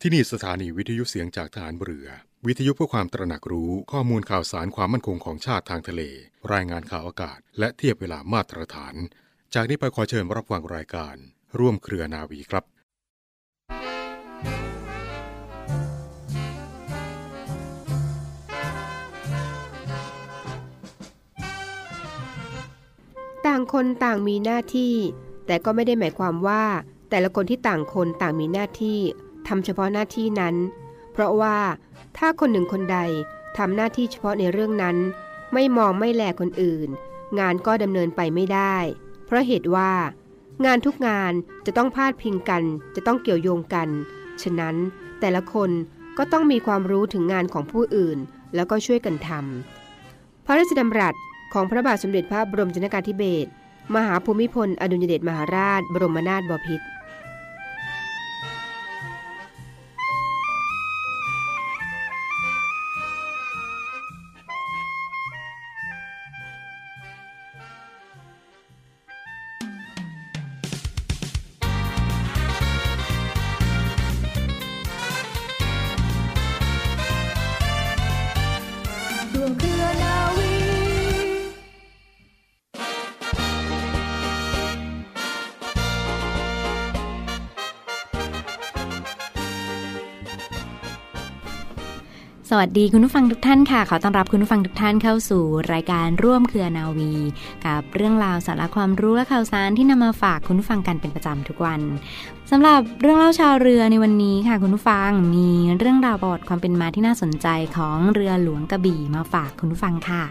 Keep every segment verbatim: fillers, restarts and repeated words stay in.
ที่นี่สถานีวิทยุเสียงจากทหารเรือวิทยุเพื่อความตระหนักรู้ข้อมูลข่าวสารความมั่นคงของชาติทางทะเลรายงานข่าวอากาศและเทียบเวลามาตรฐานจากนี้ไปขอเชิญรับฟังรายการร่วมเครือนาวีครับต่างคนต่างมีหน้าที่แต่ก็ไม่ได้หมายความว่าแต่ละคนที่ต่างคนต่างมีหน้าที่ทำเฉพาะหน้าที่นั้นเพราะว่าถ้าคนหนึ่งคนใดทำหน้าที่เฉพาะในเรื่องนั้นไม่มองไม่แลคนอื่นงานก็ดำเนินไปไม่ได้เพราะเหตุว่างานทุกงานจะต้องพาดพิงกันจะต้องเกี่ยวโยงกันฉะนั้นแต่ละคนก็ต้องมีความรู้ถึงงานของผู้อื่นแล้วก็ช่วยกันทำพระราชดำรัสของพระบาทสมเด็จพระบรมชนกาธิเบศรมหาภูมิพลอดุลยเดชมหาราชบรมนาถบพิตรสวัสดีคุณผู้ฟังทุกท่านค่ะขอต้อนรับคุณผู้ฟังทุกท่านเข้าสู่รายการร่วมเครือนาวีกับเรื่องราวสาระความรู้และข่าวสารที่นำมาฝากคุณผู้ฟังกันเป็นประจำทุกวันสำหรับเรื่องเล่าชาวเรือในวันนี้ค่ะคุณผู้ฟังมีเรื่องราวประวัติความเป็นมาที่น่าสนใจของเรือหลวงกระบี่มาฝากคุณผู้ฟังค่ะ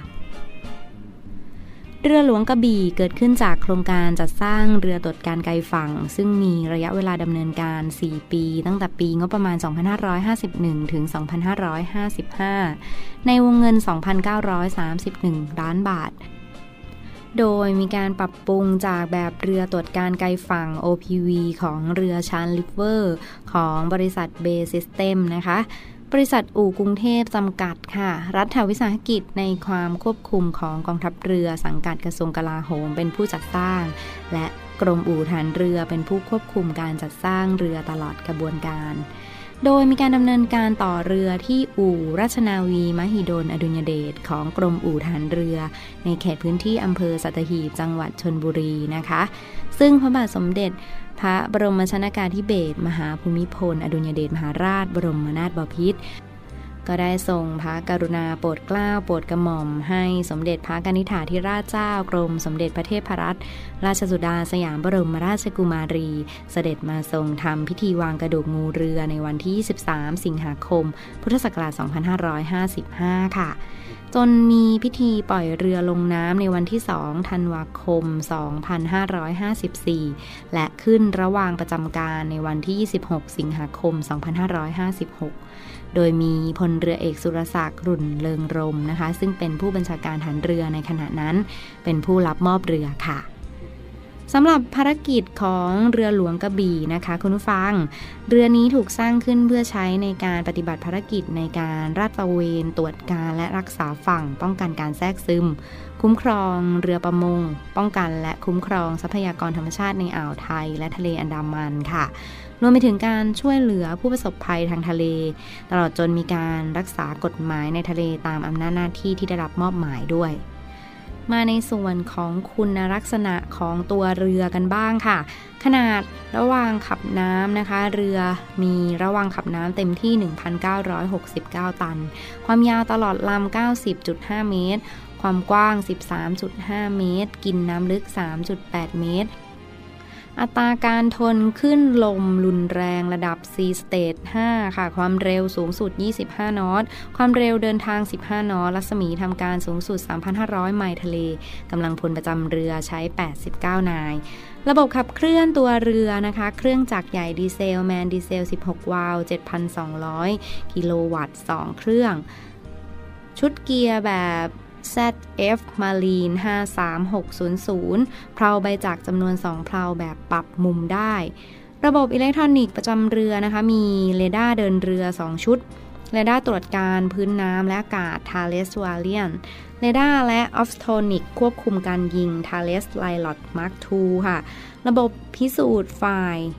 เรือหลวงกระบี่เกิดขึ้นจากโครงการจัดสร้างเรือตรวจการไกลฝั่งซึ่งมีระยะเวลาดำเนินการสี่ปีตั้งแต่ปีงบประมาณสองพันห้าร้อยห้าสิบเอ็ดถึงสองพันห้าร้อยห้าสิบห้าในวงเงิน สองพันเก้าร้อยสามสิบเอ็ด ล้านบาทโดยมีการปรับปรุงจากแบบเรือตรวจการไกลฝั่ง โอ พี วี ของเรือชานลิเวอร์ของบริษัทเบย์ซิสเต็มนะคะบริษัทอู่กรุงเทพจำกัดค่ะรัฐวิสาหกิจในความควบคุมของกองทัพเรือสังกัดกระทรวงกลาโหมเป็นผู้จัดสร้างและกรมอู่ทหารเรือเป็นผู้ควบคุมการจัดสร้างเรือตลอดกระบวนการโดยมีการดำเนินการต่อเรือที่อู่ราชนาวีมหิดลอดุลยเดชของกรมอู่ทหารเรือในเขตพื้นที่อำเภอสัตหีบจังหวัดชลบุรีนะคะซึ่งพระบาทสมเด็จพระบรมชนกาธิเบศรมหาภูมิพลอดุลยเดชมหาราชบรมนาถบพิตรก็ได้ทรงพระกรุณาโปรดเกล้าโปรดกระหม่อมให้สมเด็จพระกนิษฐาธิราชเจ้ากรมสมเด็จพระเทพรัตนราชสุดาสยามบรมราชกุมารีเสด็จมาทรงทำพิธีวางกระดูกงูเรือในวันที่ยี่สิบสามสิงหาคมพุทธศักราชสองพันห้าร้อยห้าสิบห้าค่ะจนมีพิธีปล่อยเรือลงน้ำในวันที่สองธันวาคมสองพันห้าร้อยห้าสิบสี่และขึ้นระหว่างประจำการในวันที่ยี่สิบหกสิงหาคมสองพันห้าร้อยห้าสิบหกโดยมีพลเรือเอกสุรศักดิ์รุ่นเริงรมนะคะซึ่งเป็นผู้บัญชาการฐานเรือในขณะนั้นเป็นผู้รับมอบเรือค่ะสำหรับภารกิจของเรือหลวงกระบี่นะคะคุณผู้ฟังเรือนี้ถูกสร้างขึ้นเพื่อใช้ในการปฏิบัติภารกิจในการลาดตระเวนตรวจการและรักษาฝั่งป้องกันการแทรกซึมคุ้มครองเรือประมงป้องกันและคุ้มครองทรัพยากรธรรมชาติในอ่าวไทยและทะเลอันดามันค่ะรวมไปถึงการช่วยเหลือผู้ประสบภัยทางทะเลตลอดจนมีการรักษากฎหมายในทะเลตามอำนาจหน้าที่ที่ได้รับมอบหมายด้วยมาในส่วนของคุณลักษณะของตัวเรือกันบ้างค่ะขนาดระหว่างขับน้ำนะคะเรือมีระหว่างขับน้ำเต็มที่ หนึ่งพันเก้าร้อยหกสิบเก้า ตันความยาวตลอดลำ เก้าสิบจุดห้า เมตรความกว้าง สิบสามจุดห้า เมตรกินน้ำลึก สามจุดแปด เมตรอัตราการทนขึ้นลมรุนแรงระดับ ซี Stage ห้าค่ะความเร็วสูงสุดยี่สิบห้านอตความเร็วเดินทางสิบห้านอตรัศมีทำการสูงสุด สามพันห้าร้อย ไมล์ทะเลกำลังพลประจำเรือใช้แปดสิบเก้านายระบบขับเคลื่อนตัวเรือนะคะเครื่องจักรใหญ่ดีเซลแมนดีเซลสิบหกวาล์ว เจ็ดพันสองร้อย กิโลวัตต์สองเครื่องชุดเกียร์แบบ แซด เอฟ Marine ห้าสามหกศูนย์ศูนย์เพลาใบจักรจำนวนสองเพลาแบบปรับมุมได้ระบบอิเล็กทรอนิกส์ประจำเรือนะคะมีเรดาร์เดินเรือสองชุดเรดาร์ตรวจการพื้นน้ำและอากาศ Thales Valiant เรดาร์และออฟโทนิกควบคุมการยิง Thales Lilot มาร์ค ทู ค่ะระบบพิสูจน์ไฟล์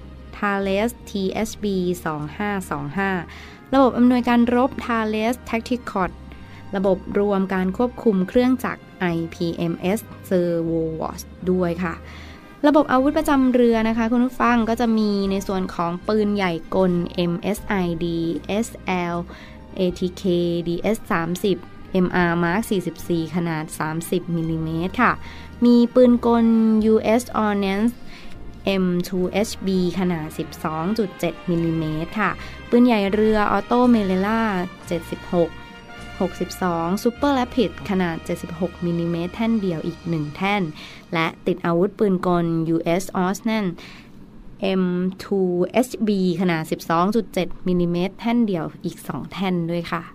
Thales ที เอส บี สองห้าสองห้า ระบบอำนวยการรบ Thales Tactical ระบบรวมการควบคุมเครื่องจักร ไอ พี เอ็ม เอส Servowatch ด้วยค่ะระบบอาวุธประจำเรือนะคะคุณผู้ฟังก็จะมีในส่วนของปืนใหญ่กล เอ็ม เอส ไอ ดี เอส แอล เอ ที เค ดี เอส สามสิบ เอ็ม อาร์ Mark สี่สิบสี่ ขนาด สามสิบ มิลลิเมตรค่ะมีปืนกล ยู เอส Ordnance เอ็ม ทู เอช บี ขนาด สิบสองจุดเจ็ด มิลลิเมตรค่ะปืนใหญ่เรือออโต้เมเลล่า เจ็ดสิบหก หกสิบสอง Super Rapid ขนาด เจ็ดสิบหก มิลลิเมตรแท่นเดียวอีกหนึ่งแท่นและติดอาวุธปืนกล ยู เอส Ordnance เอ็ม ทู เอช บี ขนาด สิบสองจุดเจ็ด มิลลิเมตรแท่นเดียวอีกสองแท่นด้วยค่ะ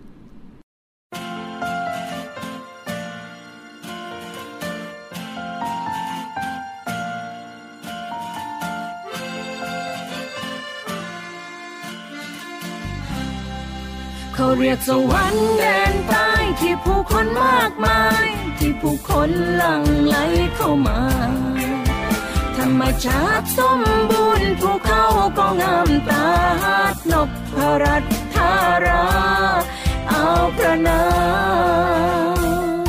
เขาเรียกสวรรค์แดนใต้ที่ผู้คนมากมายที่ผู้คนหลั่งไหลเข้ามาธรรมชาติสมบูรณ์ภูเขาก็งามตานพรัตน์ธาราเอาพระนาม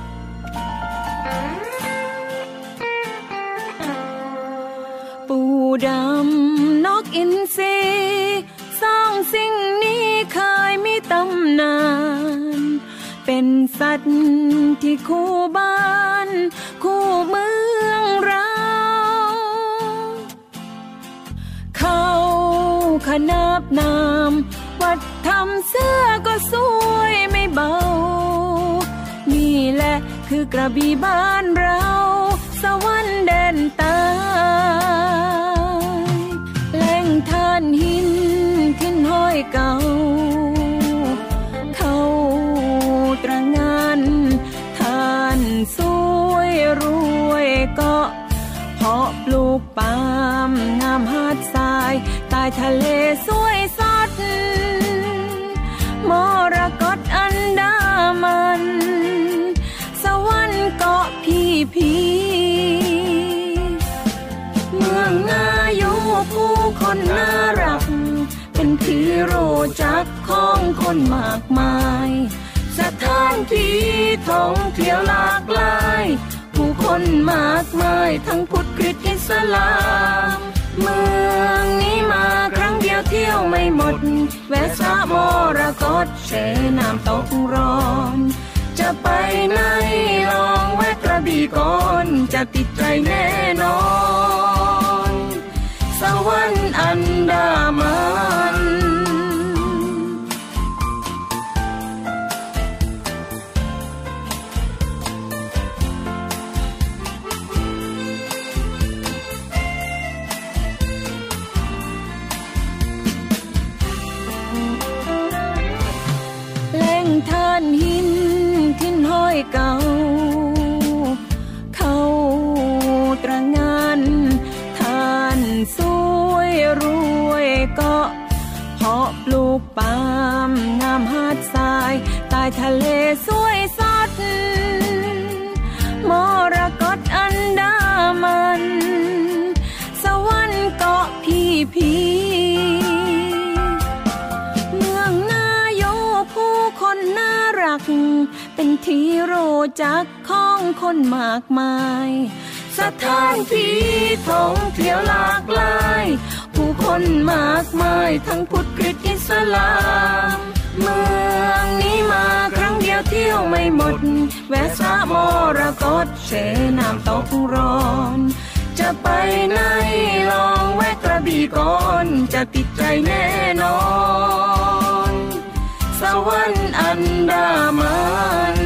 ปูดำนกอินทรีสร้างสิ่งนี้เคยมีตำนานเป็นสัตว์ที่คู่บ้านคู่เมืองเราเขาขนาบนามวัดทำเสื้อก็สวยไม่เบานี่แหละคือกระบี่บ้านเราสวรรค์แดนใต้แหล่งทานหินขึ้นห้อยเก่าเขาตระงานทานสวยรวยก็เพาะปลูกปาล์มงามหาดทรายใต้ทะเลสวยสดมรกตอันดามันสวรรค์เกาะพีพีเมืองนาอยู่ผู้คนน่ารักเป็นที่รู้จักของคนมากมายสถานที่ท่องเที่ยวหลากหลายผู้คนมากมายทั้งพุทธคริสต์อิสลามเมืองนี้มาครั้งเดียวเที่ยวไม่หมดแวะสระมรกตเสน้ำตกร้อนจะไปไหนลองแวะกระบี่ก่อนจะติดใจแน่นอนสวรรค์อันดามันแหล่งทานหินขึ้นห้อยเก่าเขาตระงานทานสวยรวยก็เพาะปลูกปาล์มงามหาดทรายใต้ทะเลสวยสดมรกตอันดามันสวรรค์เกาะพีพีเมืองนาโยผู้คนน่ารักเป็นที่รู้จักของคนมากมายสถานที่ท่องเที่ยวหลากหลายผู้คนมากมายทั้งพุทธคริสต์อิสลามเมืองนี้มาครั้งเดียวเที่ยวไม่หมดแวะสระมรกตเสน้ำตกร้อนจะไปไหนลองแวะกระบี่ก่อนจะติดใจแน่นอนสวรรค์อันดามัน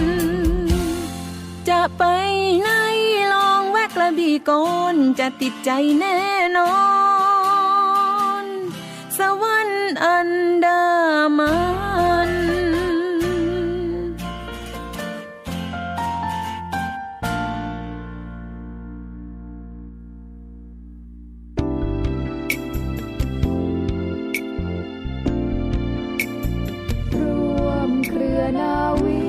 จะไปไหนลองแวะกระบี่ก่อนจะติดใจแน่นอนสวรรค์อันดามันนาวี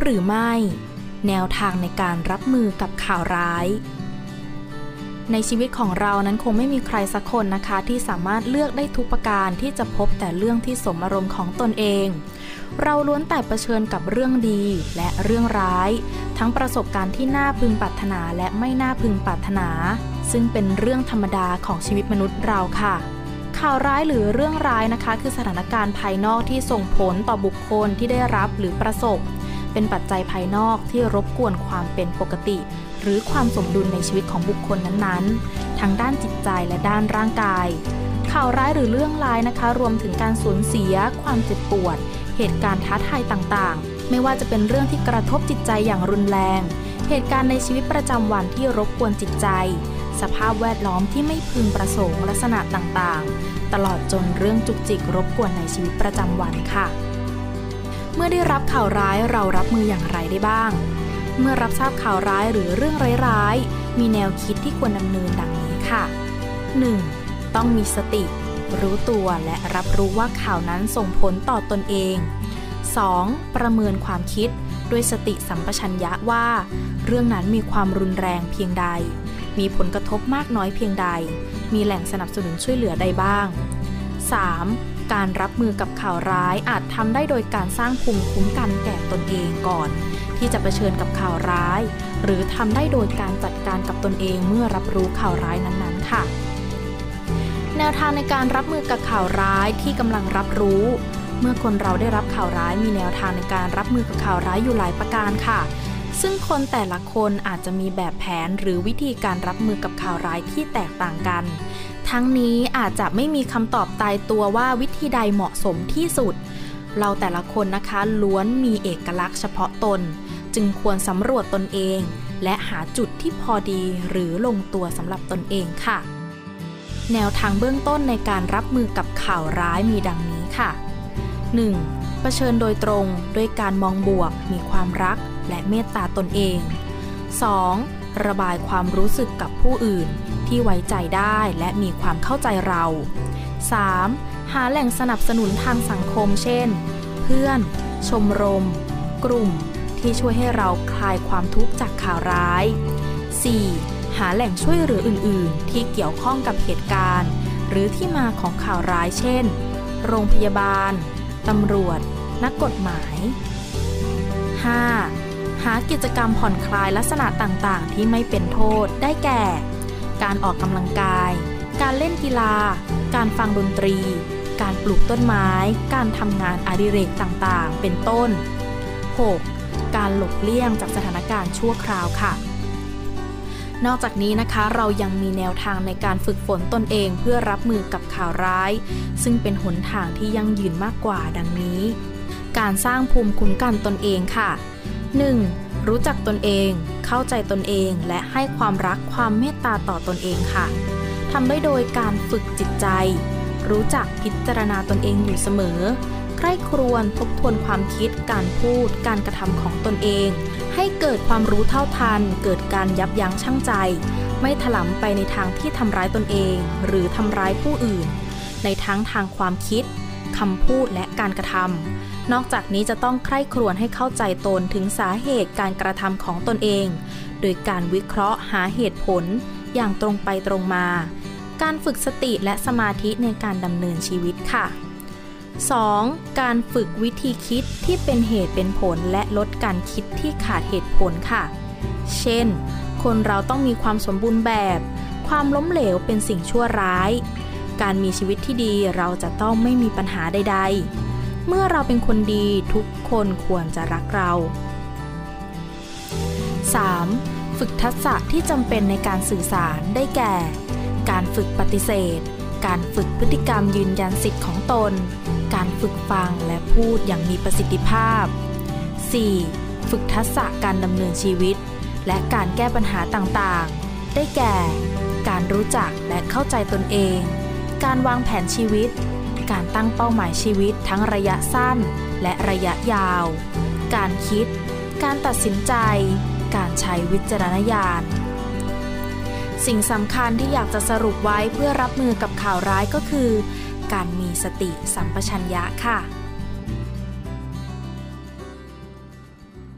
รือไม่แนวทางในการรับมือกับข่าวร้ายในชีวิตของเรานั้นคงไม่มีใครสักคนนะคะที่สามารถเลือกได้ทุกประการที่จะพบแต่เรื่องที่สมอารมณ์ของตนเองเราล้วนแต่เผชิญกับเรื่องดีและเรื่องร้ายทั้งประสบการณ์ที่น่าพึงปรารถนาและไม่น่าพึงปรารถนาซึ่งเป็นเรื่องธรรมดาของชีวิตมนุษย์เราค่ะข่าวร้ายหรือเรื่องร้ายนะคะคือสถานการณ์ภายนอกที่ส่งผลต่อบุคคลที่ได้รับหรือประสบเป็นปัจจัยภายนอกที่รบกวนความเป็นปกติหรือความสมดุลในชีวิตของบุคคลนั้นๆทั้งด้านจิตใจและด้านร่างกายข่าวร้ายหรือเรื่องร้ายนะคะรวมถึงการสูญเสียความเจ็บปวดเหตุการณ์ท้าทายต่างๆไม่ว่าจะเป็นเรื่องที่กระทบจิตใจอย่างรุนแรงเหตุการณ์ในชีวิตประจำวันที่รบกวนจิตใจสภาพแวดล้อมที่ไม่พึงประสงค์ลักษณะต่างๆตลอดจนเรื่องจุกจิกรบกวนในชีวิตประจำวันค่ะเมื่อได้รับข่าวร้ายเรารับมืออย่างไรได้บ้างเมื่อรับทราบข่าวร้ายหรือเรื่องร้ายๆมีแนวคิดที่ควรดำเนินดังนี้ค่ะ หนึ่ง. ต้องมีสติรู้ตัวและรับรู้ว่าข่าวนั้นส่งผลต่อตนเอง สอง. ประเมินความคิดด้วยสติสัมปชัญญะว่าเรื่องนั้นมีความรุนแรงเพียงใดมีผลกระทบมากน้อยเพียงใดมีแหล่งสนับสนุนช่วยเหลือใดบ้าง สาม. การรับมือกับข่าวร้ายอาจทำได้โดยการสร้างภูมิคุ้มกันแก่ตนเองก่อนที่จะเผชิญกับข่าวร้ายหรือทำได้โดยการจัดการกับตนเองเมื่อรับรู้ข่าวร้ายนั้นๆค่ะแนวทางในการรับมือกับข่าวร้ายที่กำลังรับรู้เมื่อคนเราได้รับข่าวร้ายมีแนวทางในการรับมือกับข่าวร้ายอยู่หลายประการค่ะซึ่งคนแต่ละคนอาจจะมีแบบแผนหรือวิธีการรับมือกับข่าวร้ายที่แตกต่างกันทั้งนี้อาจจะไม่มีคำตอบตายตัวว่าวิธีใดเหมาะสมที่สุดเราแต่ละคนนะคะล้วนมีเอกลักษณ์เฉพาะตนจึงควรสำรวจตนเองและหาจุดที่พอดีหรือลงตัวสำหรับตนเองค่ะแนวทางเบื้องต้นในการรับมือกับข่าวร้ายมีดังนี้ค่ะ หนึ่ง. เผชิญโดยตรงด้วยการมองบวกมีความรักและเมตตาตนเอง สอง. ระบายความรู้สึกกับผู้อื่นที่ไว้ใจได้และมีความเข้าใจเรา สาม. หาแหล่งสนับสนุนทางสังคมเช่นเพื่อนชมรมกลุ่มที่ช่วยให้เราคลายความทุกข์จากข่าวร้าย สี่. หาแหล่งช่วยเหลืออื่นๆที่เกี่ยวข้องกับเหตุการณ์หรือที่มาของข่าวร้ายเช่นโรงพยาบาลตำรวจนักกฎหมาย ห้า. หากิจกรรมผ่อนคลายลักษณะต่างๆที่ไม่เป็นโทษได้แก่การออกกำลังกายการเล่นกีฬาการฟังดนตรีการปลูกต้นไม้การทำงานอดิเรกต่างๆเป็นต้น หก. การหลบเลี่ยงจากสถานการณ์ชั่วคราวค่ะนอกจากนี้นะคะเรายังมีแนวทางในการฝึกฝนตนเองเพื่อรับมือกับข่าวร้ายซึ่งเป็นหนทางที่ยั่งยืนมากกว่าดังนี้การสร้างภูมิคุ้มกันตนเองค่ะ หนึ่ง. รู้จักตนเองเข้าใจตนเองและให้ความรักความเมตตาต่อตนเองค่ะทำได้โดยการฝึกจิตใจรู้จักพิจารณาตนเองอยู่เสมอใคร่ครวญทบทวนความคิดการพูดการกระทำของตนเองให้เกิดความรู้เท่าทันเกิดการยับยั้งชั่งใจไม่ถลำไปในทางที่ทำร้ายตนเองหรือทำร้ายผู้อื่นในทั้งทางความคิดคำพูดและการกระทำนอกจากนี้จะต้องใคร่ครวญให้เข้าใจตนถึงสาเหตุการกระทำของตนเองโดยการวิเคราะห์หาเหตุผลอย่างตรงไปตรงมาการฝึกสติและสมาธิในการดำเนินชีวิตค่ะ สอง. การฝึกวิธีคิดที่เป็นเหตุเป็นผลและลดการคิดที่ขาดเหตุผลค่ะเช่นคนเราต้องมีความสมบูรณ์แบบความล้มเหลวเป็นสิ่งชั่วร้ายการมีชีวิตที่ดีเราจะต้องไม่มีปัญหาใดๆเมื่อเราเป็นคนดีทุกคนควรจะรักเรา สาม. ฝึกทักษะที่จำเป็นในการสื่อสารได้แก่การฝึกปฏิเสธการฝึกพฤติกรรมยืนยันสิทธิ์ของตนการฝึกฟังและพูดอย่างมีประสิทธิภาพ สี่. ฝึกทักษะการดำเนินชีวิตและการแก้ปัญหาต่างๆได้แก่การรู้จักและเข้าใจตนเองการวางแผนชีวิตการตั้งเป้าหมายชีวิตทั้งระยะสั้นและระยะยาวการคิดการตัดสินใจการใช้วิจารณญาณสิ่งสำคัญที่อยากจะสรุปไว้เพื่อรับมือกับข่าวร้ายก็คือการมีสติสัมปชัญญะค่ะ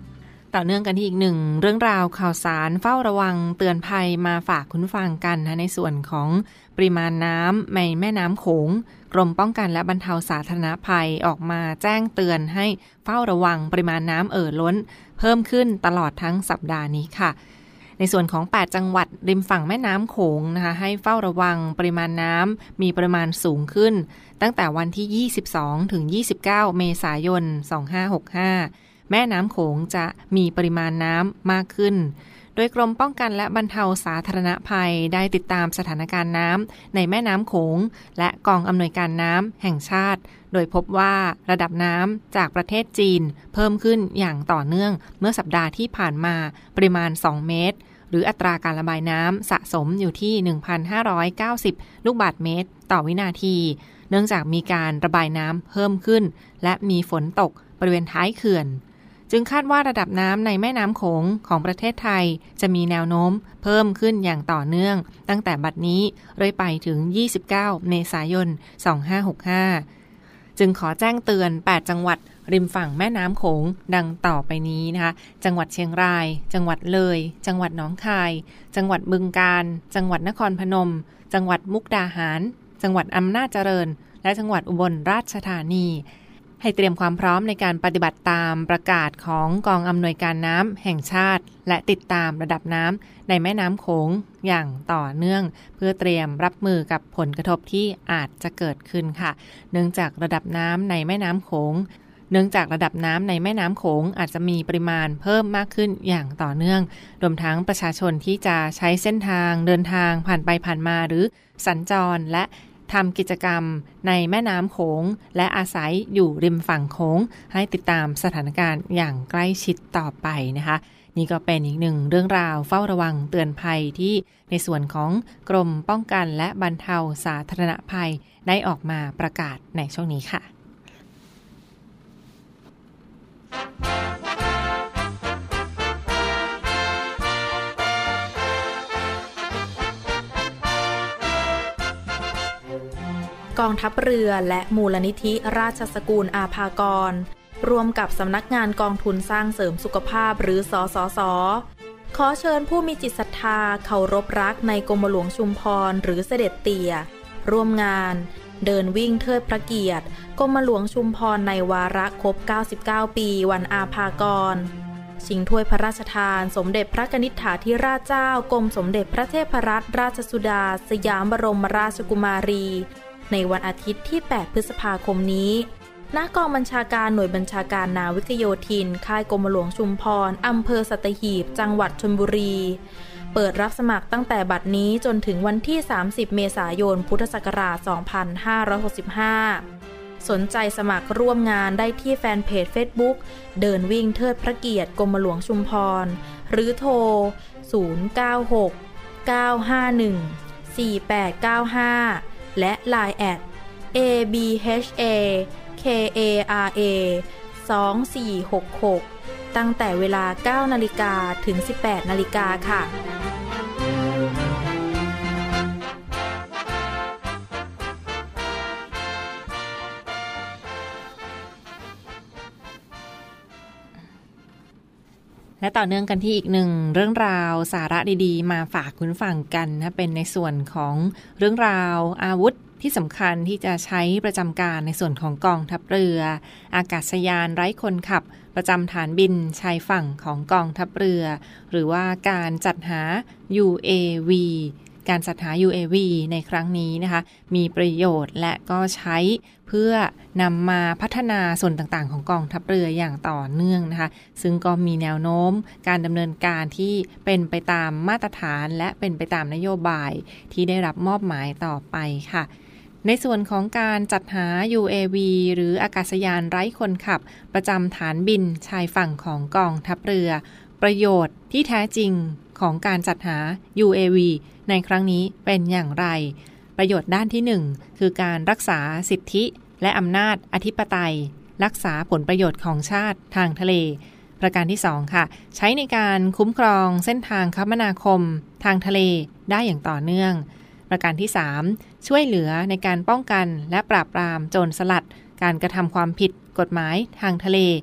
ต่อเนื่องกันที่อีกหนึ่งเรื่องราวข่าวสารเฝ้าระวังเตือนภัยมาฝากคุณฟังกันนะในส่วนของปริมาณน้ำในแม่น้ำโขงกรมป้องกันและบรรเทาสาธารณภัยออกมาแจ้งเตือนให้เฝ้าระวังปริมาณน้ำเอ่อล้นเพิ่มขึ้นตลอดทั้งสัปดาห์นี้ค่ะในส่วนของแปดจังหวัดริมฝั่งแม่น้ำโขงนะคะให้เฝ้าระวังปริมาณน้ำมีปริมาณสูงขึ้นตั้งแต่วันที่ยี่สิบสองถึงยี่สิบเก้าเมษายนสองพันห้าร้อยหกสิบห้าแม่น้ำโขงจะมีปริมาณน้ำมากขึ้นโดยกรมป้องกันและบรรเทาสาธารณภัยได้ติดตามสถานการณ์น้ำในแม่น้ำโขงและกองอำนวยการน้ำแห่งชาติโดยพบว่าระดับน้ำจากประเทศจีนเพิ่มขึ้นอย่างต่อเนื่องเมื่อสัปดาห์ที่ผ่านมาปริมาณสองเมตรหรืออัตราการระบายน้ำสะสมอยู่ที่ หนึ่งพันห้าร้อยเก้าสิบ ลูกบาศก์เมตรต่อวินาทีเนื่องจากมีการระบายน้ำเพิ่มขึ้นและมีฝนตกบริเวณท้ายเขื่อนจึงคาดว่าระดับน้ำในแม่น้ำโขงของประเทศไทยจะมีแนวโน้มเพิ่มขึ้นอย่างต่อเนื่องตั้งแต่บัดนี้เรื่อยไปถึงยี่สิบเก้าเมษายนสองพันห้าร้อยหกสิบห้าจึงขอแจ้งเตือนแปดจังหวัดริมฝั่งแม่น้ำโขงดังต่อไปนี้นะคะจังหวัดเชียงรายจังหวัดเลยจังหวัดหนองคายจังหวัดบึงกาฬจังหวัดนครพนมจังหวัดมุกดาหารจังหวัดอำนาจเจริญและจังหวัดอุบลราชธานีให้เตรียมความพร้อมในการปฏิบัติตามประกาศของกองอำนวยการน้ำแห่งชาติและติดตามระดับน้ำในแม่น้ำโขงอย่างต่อเนื่องเพื่อเตรียมรับมือกับผลกระทบที่อาจจะเกิดขึ้นค่ะเนื่องจากระดับน้ำในแม่น้ำโขงเนื่องจากระดับน้ำในแม่น้ำโขงอาจจะมีปริมาณเพิ่มมากขึ้นอย่างต่อเนื่องรวมทั้งประชาชนที่จะใช้เส้นทางเดินทางผ่านไปผ่านมาหรือสัญจรและทำกิจกรรมในแม่น้ำโขงและอาศัยอยู่ริมฝั่งโขงให้ติดตามสถานการณ์อย่างใกล้ชิดต่อไปนะคะนี่ก็เป็นอีกหนึ่งเรื่องราวเฝ้าระวังเตือนภัยที่ในส่วนของกรมป้องกันและบรรเทาสาธารณภัยได้ออกมาประกาศในช่วงนี้ค่ะกองทัพเรือและมูลนิธิราชสกุลอาภากรร่วมกับสำนักงานกองทุนสร้างเสริมสุขภาพหรือสสส.ขอเชิญผู้มีจิตศรัทธาเคารพรักในกรมหลวงชุมพรหรือเสด็จเตี่ยร่วมงานเดินวิ่งเทิดพระเกียรติกรมหลวงชุมพรในวาระครบเก้าสิบเก้าปีวันอาภากรชิงถ้วยพระราชทานสมเด็จพระกนิษฐาธิราชเจ้ากรมสมเด็จพระเทพรัตนราชสุดาสยามบรมราชกุมารีในวันอาทิตย์ที่แปดพฤษภาคมนี้ณกองบัญชาการหน่วยบัญชาการนาวิกโยธินค่ายกรมหลวงชุมพรอำเภอสัตหีบจังหวัดชลบุรีเปิดรับสมัครตั้งแต่บัดนี้จนถึงวันที่สามสิบเมษายนพุทธศักราชสองพันห้าร้อยหกสิบห้าสนใจสมัครร่วมงานได้ที่แฟนเพจ Facebook เดินวิ่งเทิดพระเกียรติกรมหลวงชุมพรหรือโทรศูนย์ เก้า หก เก้า ห้า หนึ่ง สี่ แปด เก้า ห้าและ ไลน์ แอท เอ บี เอช เอ เค เอ อาร์ เอ สอง สี่ หก หกตั้งแต่เวลา เก้า นาฬิกาถึง สิบแปด นาฬิกาค่ะและต่อเนื่องกันที่อีกหนึ่งเรื่องราวสาระดีๆมาฝากคุณฟังกันนะเป็นในส่วนของเรื่องราวอาวุธที่สำคัญที่จะใช้ประจำการในส่วนของกองทัพเรืออากาศยานไร้คนขับประจำฐานบินชายฝั่งของกองทัพเรือหรือว่าการจัดหา ยู เอ วี การจัดหา ยู เอ วี ในครั้งนี้นะคะมีประโยชน์และก็ใช้เพื่อนำมาพัฒนาส่วนต่างๆของกองทัพเรืออย่างต่อเนื่องนะคะซึ่งก็มีแนวโน้มการดำเนินการที่เป็นไปตามมาตรฐานและเป็นไปตามนโยบายที่ได้รับมอบหมายต่อไปค่ะในส่วนของการจัดหา ยู เอ วี หรืออากาศยานไร้คนขับประจำฐานบินชายฝั่งของกองทัพเรือประโยชน์ที่แท้จริงของการจัดหา ยู เอ วี ในครั้งนี้เป็นอย่างไรประโยชน์ด้านที่หนึ่งคือการรักษาสิทธิและอำนาจอธิปไตยรักษาผลประโยชน์ของชาติทางทะเลประการที่สองค่ะใช้ในการคุ้มครองเส้นทางคมนาคมทางทะเลได้อย่างต่อเนื่องประการที่สามช่วยเหลือในการป้องกันและปราบปรามโจรสลัดการกระทำความผิดกฎหมายทางทะเล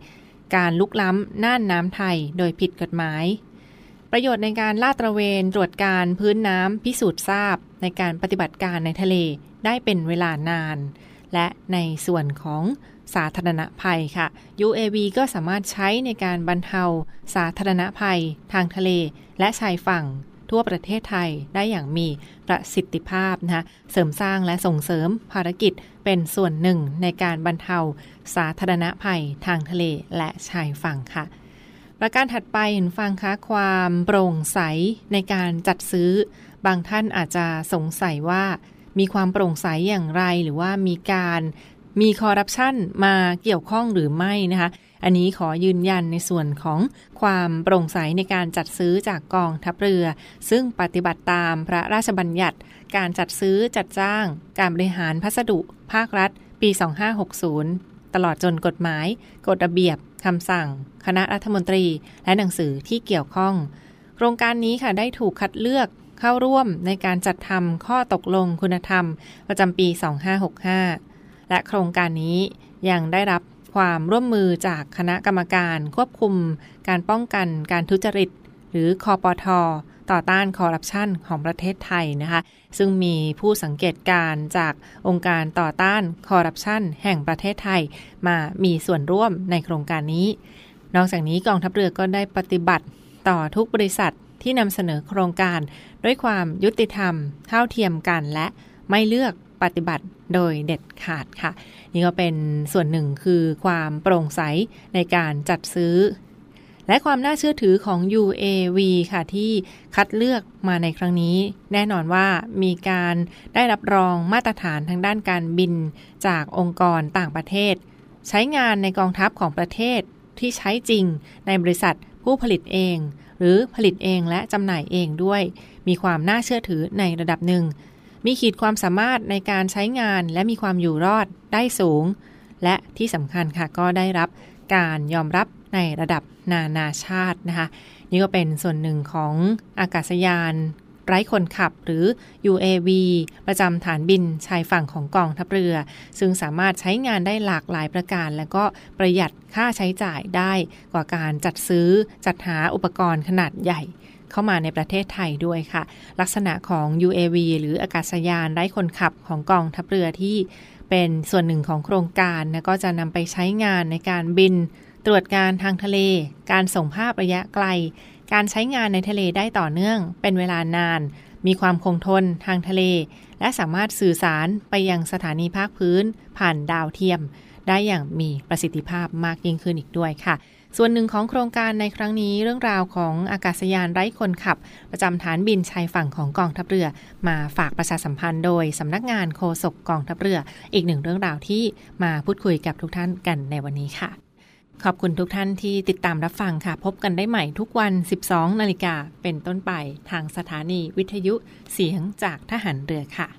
การลุกล้ำน่านน้ำไทยโดยผิดกฎหมายประโยชน์ในการลาดตระเวนตรวจการพื้นน้ำพิสูจน์ทราบในการปฏิบัติการในทะเลได้เป็นเวลานานและในส่วนของสาธารณภัยค่ะ ยู เอ วี ก็สามารถใช้ในการบรรเทาสาธารณภัยทางทะเลและชายฝั่งทั่วประเทศไทยได้อย่างมีประสิทธิภาพนะคะเสริมสร้างและส่งเสริมภารกิจเป็นส่วนหนึ่งในการบรรเทาสาธารณภัยทางทะเลและชายฝั่งค่ะประการถัดไปเห็นฟังคะความโปร่งใสในการจัดซื้อบางท่านอาจจะสงสัยว่ามีความโปร่งใสอย่างไรหรือว่ามีการมีคอร์รัปชันมาเกี่ยวข้องหรือไม่นะคะอันนี้ขอยืนยันในส่วนของความโปร่งใสในการจัดซื้อจากกองทัพเรือซึ่งปฏิบัติตามพระราชบัญญัติการจัดซื้อจัดจ้างการบริหารพัสดุภาครัฐปีสองพันห้าร้อยหกสิบตลอดจนกฎหมายกฎระเบียบคำสั่งคณะรัฐมนตรีและหนังสือที่เกี่ยวข้องโครงการนี้ค่ะได้ถูกคัดเลือกเข้าร่วมในการจัดทำข้อตกลงคุณธรรมประจำปีสองพันห้าร้อยหกสิบห้าและโครงการนี้ยังได้รับความร่วมมือจากคณะกรรมการควบคุมการป้องกันการทุจริตหรือคปท.ต่อต้านคอร์รัปชันของประเทศไทยนะคะซึ่งมีผู้สังเกตการจากองค์การต่อต้านคอร์รัปชันแห่งประเทศไทยมามีส่วนร่วมในโครงการนี้นอกจากนี้กองทัพเรือก็ได้ปฏิบัติต่อทุกบริษัทที่นำเสนอโครงการด้วยความยุติธรรมเท่าเทียมกันและไม่เลือกปฏิบัติโดยเด็ดขาดค่ะนี่ก็เป็นส่วนหนึ่งคือความโปร่งใสในการจัดซื้อและความน่าเชื่อถือของ ยู เอ วี ค่ะที่คัดเลือกมาในครั้งนี้แน่นอนว่ามีการได้รับรองมาตรฐานทางด้านการบินจากองค์กรต่างประเทศใช้งานในกองทัพของประเทศที่ใช้จริงในบริษัทผู้ผลิตเองหรือผลิตเองและจำหน่ายเองด้วยมีความน่าเชื่อถือในระดับหนึ่งมีขีดความสามารถในการใช้งานและมีความอยู่รอดได้สูงและที่สำคัญค่ะก็ได้รับการยอมรับในระดับนานาชาตินะคะนี่ก็เป็นส่วนหนึ่งของอากาศยานไร้คนขับหรือ ยู เอ วี ประจำฐานบินชายฝั่งของกองทัพเรือซึ่งสามารถใช้งานได้หลากหลายประการและก็ประหยัดค่าใช้จ่ายได้กว่าการจัดซื้อจัดหาอุปกรณ์ขนาดใหญ่เข้ามาในประเทศไทยด้วยค่ะลักษณะของ ยู เอ วี หรืออากาศยานไร้คนขับของกองทัพเรือที่เป็นส่วนหนึ่งของโครงการนะก็จะนำไปใช้งานในการบินตรวจการทางทะเลการส่งภาพระยะไกลการใช้งานในทะเลได้ต่อเนื่องเป็นเวลานานมีความคงทนทางทะเลและสามารถสื่อสารไปยังสถานีภาคพื้นผ่านดาวเทียมได้อย่างมีประสิทธิภาพมากยิ่งขึ้นอีกด้วยค่ะส่วนหนึ่งของโครงการในครั้งนี้เรื่องราวของอากาศยานไร้คนขับประจำฐานบินชายฝั่งของกองทัพเรือมาฝากประชาสัมพันธ์โดยสำนักงานโฆษกกองทัพเรืออีกหนึ่งเรื่องราวที่มาพูดคุยกับทุกท่านกันในวันนี้ค่ะขอบคุณทุกท่านที่ติดตามรับฟังค่ะพบกันได้ใหม่ทุกวัน สิบสองนาฬิกาเป็นต้นไปทางสถานีวิทยุเสียงจากทหารเรือค่ะ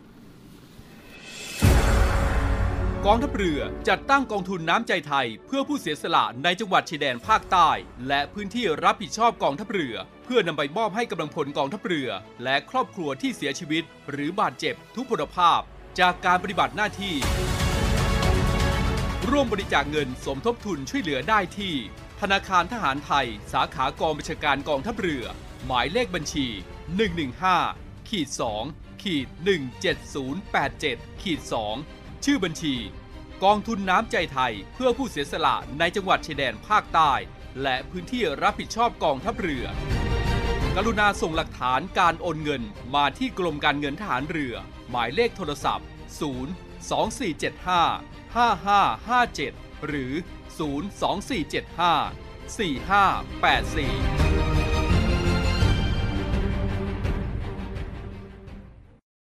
กองทัพเรือจัดตั้งกองทุนน้ำใจไทยเพื่อผู้เสียสละในจังหวัดชายแดนภาคใต้และพื้นที่รับผิดชอบกองทัพเรือเพื่อนำไปมอบให้กำลังพลกองทัพเรือและครอบครัวที่เสียชีวิตหรือบาดเจ็บทุกพลภาพจากการปฏิบัติหน้าที่ร่วมบริจาคเงินสมทบทุนช่วยเหลือได้ที่ธนาคารทหารไทยสาขากองบัญชาการกองทัพเรือหมายเลขบัญชี หนึ่ง หนึ่ง ห้า สอง หนึ่ง เจ็ด ศูนย์ แปด เจ็ด สอง ชื่อบัญชีกองทุนน้ำใจไทยเพื่อผู้เสียสละในจังหวัดชายแดนภาคใต้และพื้นที่รับผิดชอบกองทัพเรือกรุณาส่งหลักฐานการโอนเงินมาที่กรมการเงินทหารเรือหมายเลขโทรศัพท์ศูนย์ สอง สี่ เจ็ด ห้า ห้า ห้า ห้า เจ็ดหรือศูนย์ สอง สี่ เจ็ด ห้า สี่ ห้า แปด สี่